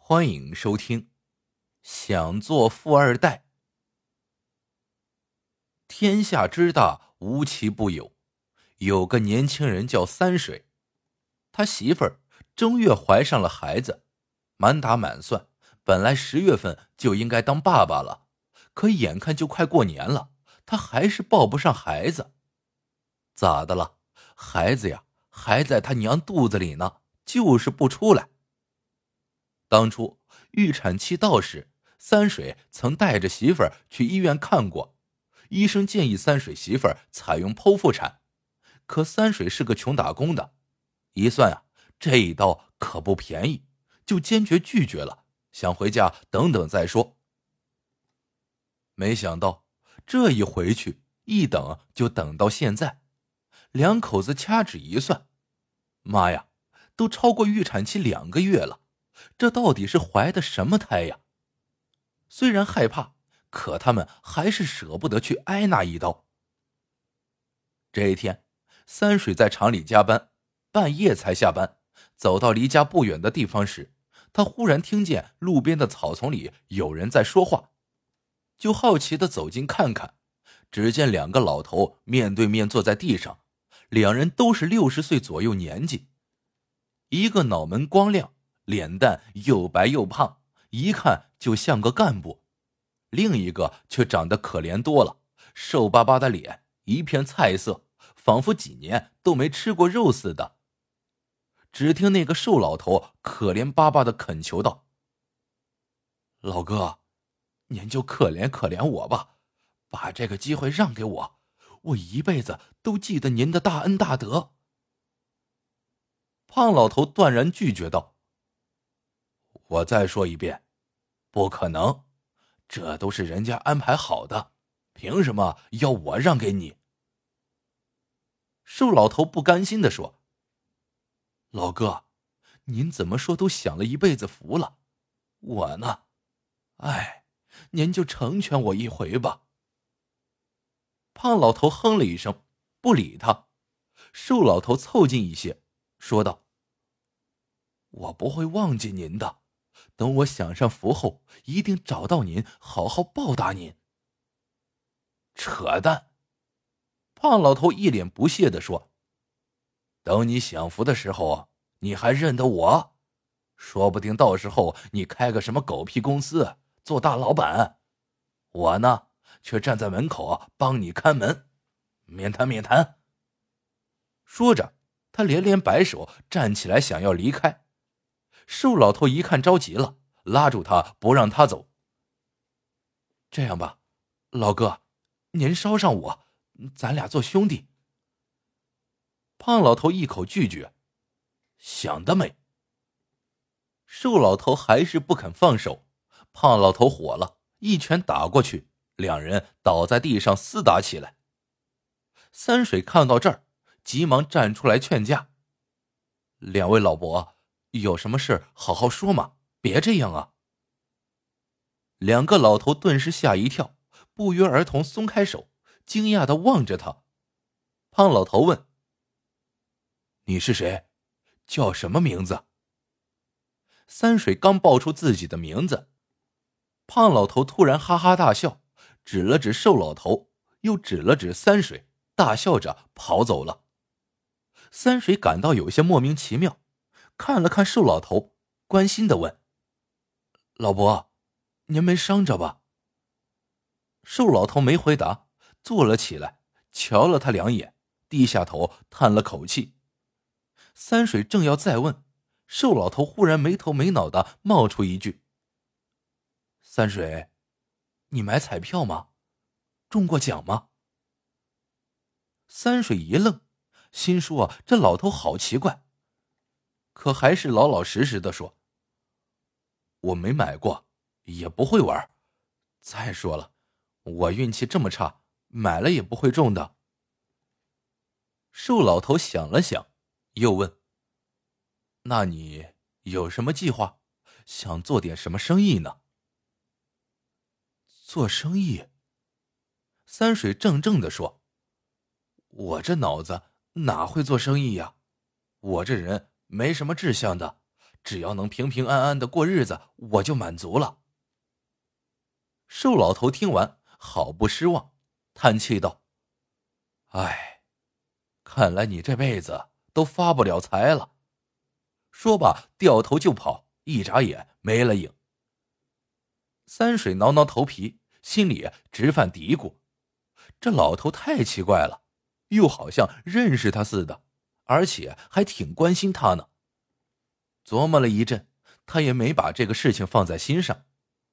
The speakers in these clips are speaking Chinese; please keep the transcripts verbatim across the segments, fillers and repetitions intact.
欢迎收听想做富二代。天下之大，无奇不有。有个年轻人叫三水，他媳妇儿正月怀上了孩子，满打满算本来十月份就应该当爸爸了，可眼看就快过年了，他还是抱不上孩子。咋的了？孩子呀，还在他娘肚子里呢，就是不出来。当初预产期到时，三水曾带着媳妇儿去医院看过，医生建议三水媳妇儿采用剖腹产，可三水是个穷打工的，一算啊，这一刀可不便宜，就坚决拒绝了，想回家等等再说。没想到这一回去，一等就等到现在，两口子掐指一算，妈呀，都超过预产期两个月了，这到底是怀的什么胎呀？虽然害怕，可他们还是舍不得去挨那一刀。这一天，三水在厂里加班，半夜才下班，走到离家不远的地方时，他忽然听见路边的草丛里有人在说话，就好奇地走近看看。只见两个老头面对面坐在地上，两人都是六十岁左右年纪，一个脑门光亮，脸蛋又白又胖，一看就像个干部，另一个却长得可怜多了，瘦巴巴的脸，一片菜色，仿佛几年都没吃过肉似的。只听那个瘦老头可怜巴巴地恳求道：“老哥，您就可怜可怜我吧，把这个机会让给我，我一辈子都记得您的大恩大德。”胖老头断然拒绝道：“我再说一遍，不可能，这都是人家安排好的，凭什么要我让给你？”瘦老头不甘心地说：“老哥，您怎么说都享了一辈子福了，我呢，哎，您就成全我一回吧。”胖老头哼了一声，不理他。瘦老头凑近一些，说道：“我不会忘记您的，等我享上福后，一定找到您，好好报答您。”扯淡！胖老头一脸不屑地说：“等你享福的时候，你还认得我？说不定到时候你开个什么狗屁公司，做大老板，我呢，却站在门口帮你看门，免谈免谈。”说着，他连连摆手，站起来想要离开。瘦老头一看着急了，拉住他不让他走。“这样吧，老哥，您捎上我，咱俩做兄弟。”胖老头一口拒绝：“想得美！”瘦老头还是不肯放手，胖老头火了，一拳打过去，两人倒在地上厮打起来。三水看到这儿，急忙站出来劝架：“两位老伯，有什么事好好说嘛，别这样啊。”两个老头顿时吓一跳，不约而同松开手，惊讶地望着他。胖老头问：“你是谁？叫什么名字？”三水刚报出自己的名字，胖老头突然哈哈大笑，指了指瘦老头，又指了指三水，大笑着跑走了。三水感到有些莫名其妙，看了看瘦老头，关心地问：“老伯，您没伤着吧？”瘦老头没回答，坐了起来，瞧了他两眼，低下头叹了口气。三水正要再问，瘦老头忽然没头没脑的冒出一句：“三水，你买彩票吗？中过奖吗？”三水一愣，心说这老头好奇怪，可还是老老实实的说：“我没买过，也不会玩。再说了，我运气这么差，买了也不会中的。”瘦老头想了想，又问：“那你有什么计划？想做点什么生意呢？”“做生意？”三水怔怔地说：“我这脑子哪会做生意呀？我这人没什么志向的， 只要能平平安安的过日子，我就满足了。瘦老头听完，好不失望，叹气道：哎，看来你这辈子都发不了财了。说罢掉头就跑，一眨眼没了影。三水挠挠头皮，心里直犯嘀咕，这老头太奇怪了，又好像认识他似的，而且还挺关心他呢。琢磨了一阵，他也没把这个事情放在心上。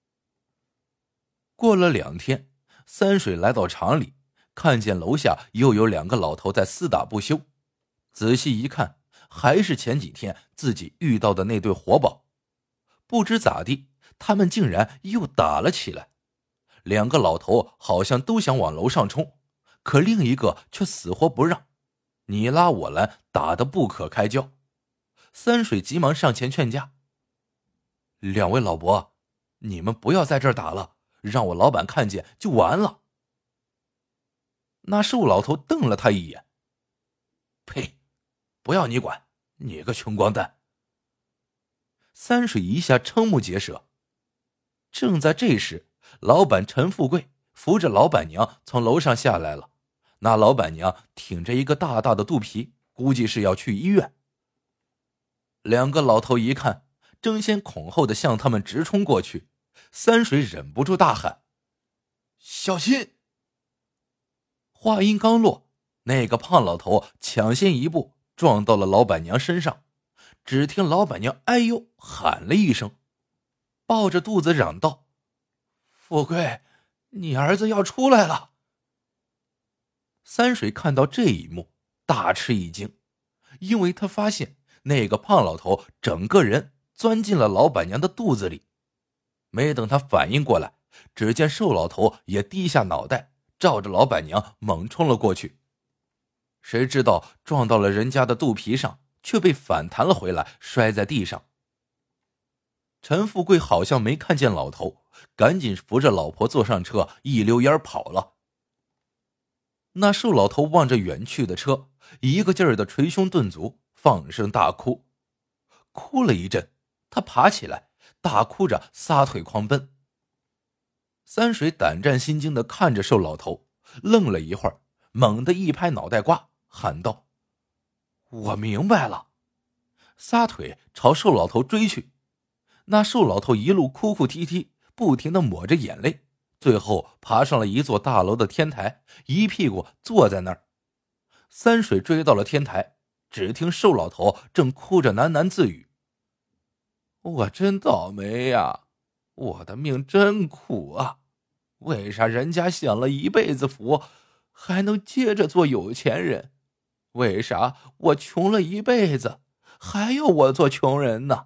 过了两天，三水来到厂里，看见楼下又有两个老头在厮打不休。仔细一看，还是前几天自己遇到的那对活宝。不知咋地，他们竟然又打了起来。两个老头好像都想往楼上冲，可另一个却死活不让，你拉我拦，打得不可开交。三水急忙上前劝架：两位老伯，你们不要在这儿打了，让我老板看见就完了。那瘦老头瞪了他一眼：呸，不要你管，你个穷光蛋。三水一下瞠目结舌。正在这时，老板陈富贵扶着老板娘从楼上下来了。那老板娘挺着一个大大的肚皮，估计是要去医院。两个老头一看，争先恐后的向他们直冲过去。三水忍不住大喊：小心！话音刚落，那个胖老头抢先一步撞到了老板娘身上。只听老板娘哎呦喊了一声，抱着肚子嚷道：富贵，你儿子要出来了。三水看到这一幕，大吃一惊，因为他发现那个胖老头整个人钻进了老板娘的肚子里。没等他反应过来，只见瘦老头也低下脑袋，照着老板娘猛冲了过去。谁知道撞到了人家的肚皮上，却被反弹了回来，摔在地上。陈富贵好像没看见老头，赶紧扶着老婆坐上车，一溜烟跑了。那瘦老头望着远去的车，一个劲儿的捶胸顿足，放声大哭。哭了一阵，他爬起来，大哭着撒腿狂奔。三水胆战心惊的看着瘦老头，愣了一会儿，猛地一拍脑袋瓜，喊道：我明白了！撒腿朝瘦老头追去。那瘦老头一路哭哭啼啼，不停地抹着眼泪，最后爬上了一座大楼的天台，一屁股坐在那儿。三水追到了天台，只听瘦老头正哭着喃喃自语：我真倒霉呀，我的命真苦啊，为啥人家享了一辈子福，还能接着做有钱人？为啥我穷了一辈子，还要我做穷人呢？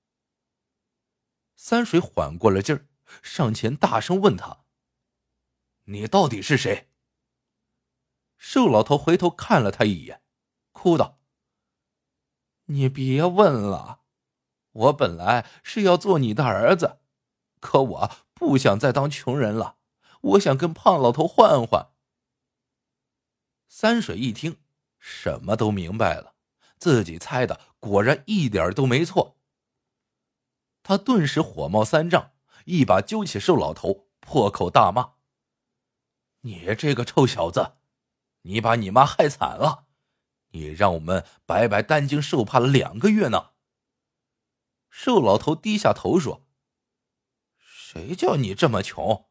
三水缓过了劲儿，上前大声问他：你到底是谁？瘦老头回头看了他一眼，哭道：你别问了，我本来是要做你的儿子，可我不想再当穷人了，我想跟胖老头换换。三水一听，什么都明白了，自己猜的果然一点都没错。他顿时火冒三丈，一把揪起瘦老头，破口大骂：你这个臭小子，你把你妈害惨了，你让我们白白担惊受怕了两个月呢。瘦老头低下头说：谁叫你这么穷？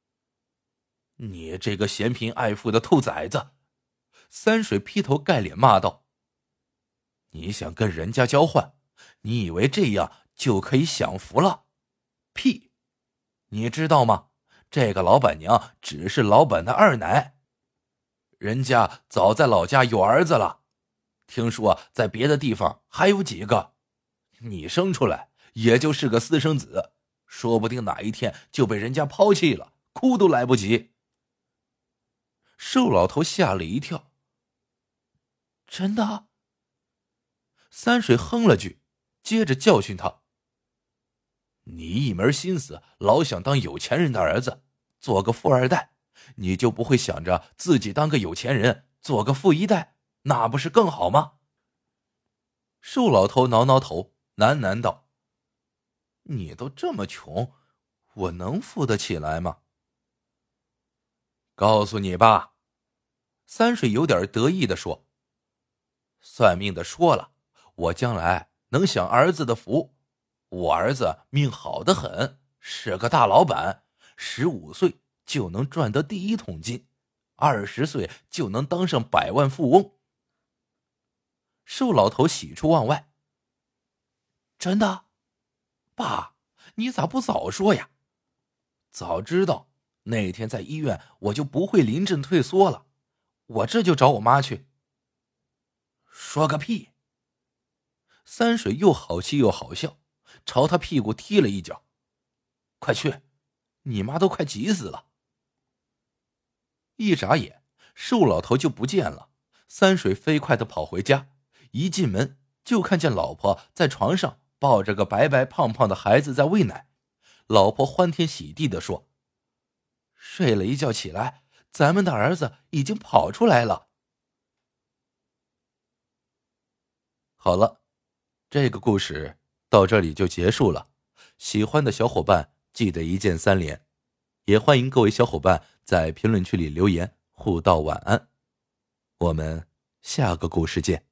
你这个嫌贫爱富的兔崽子！三水劈头盖脸骂道：你想跟人家交换，你以为这样就可以享福了？屁！你知道吗？这个老板娘只是老板的二奶，人家早在老家有儿子了，听说在别的地方还有几个，你生出来也就是个私生子，说不定哪一天就被人家抛弃了，哭都来不及。瘦老头吓了一跳：真的？三水哼了句，接着教训他：你一门心思老想当有钱人的儿子，做个富二代，你就不会想着自己当个有钱人，做个富一代，那不是更好吗？瘦老头挠挠头， 喃喃道：“你都这么穷，我能付得起来吗？”告诉你吧，三水有点得意地说：“算命的说了，我将来能享儿子的福。我儿子命好得很，是个大老板，十五岁就能赚得第一桶金，二十岁就能当上百万富翁。”瘦老头喜出望外：“真的？爸，你咋不早说呀？早知道那天在医院我就不会临阵退缩了，我这就找我妈去。”“说个屁！”三水又好气又好笑，朝他屁股踢了一脚：“快去，你妈都快急死了。”一眨眼，瘦老头就不见了。三水飞快地跑回家，一进门就看见老婆在床上抱着个白白胖胖的孩子在喂奶。老婆欢天喜地地说：“睡了一觉起来，咱们的儿子已经跑出来了。”好了，这个故事到这里就结束了。喜欢的小伙伴记得一键三连，也欢迎各位小伙伴在评论区里留言互道晚安。我们下个故事见。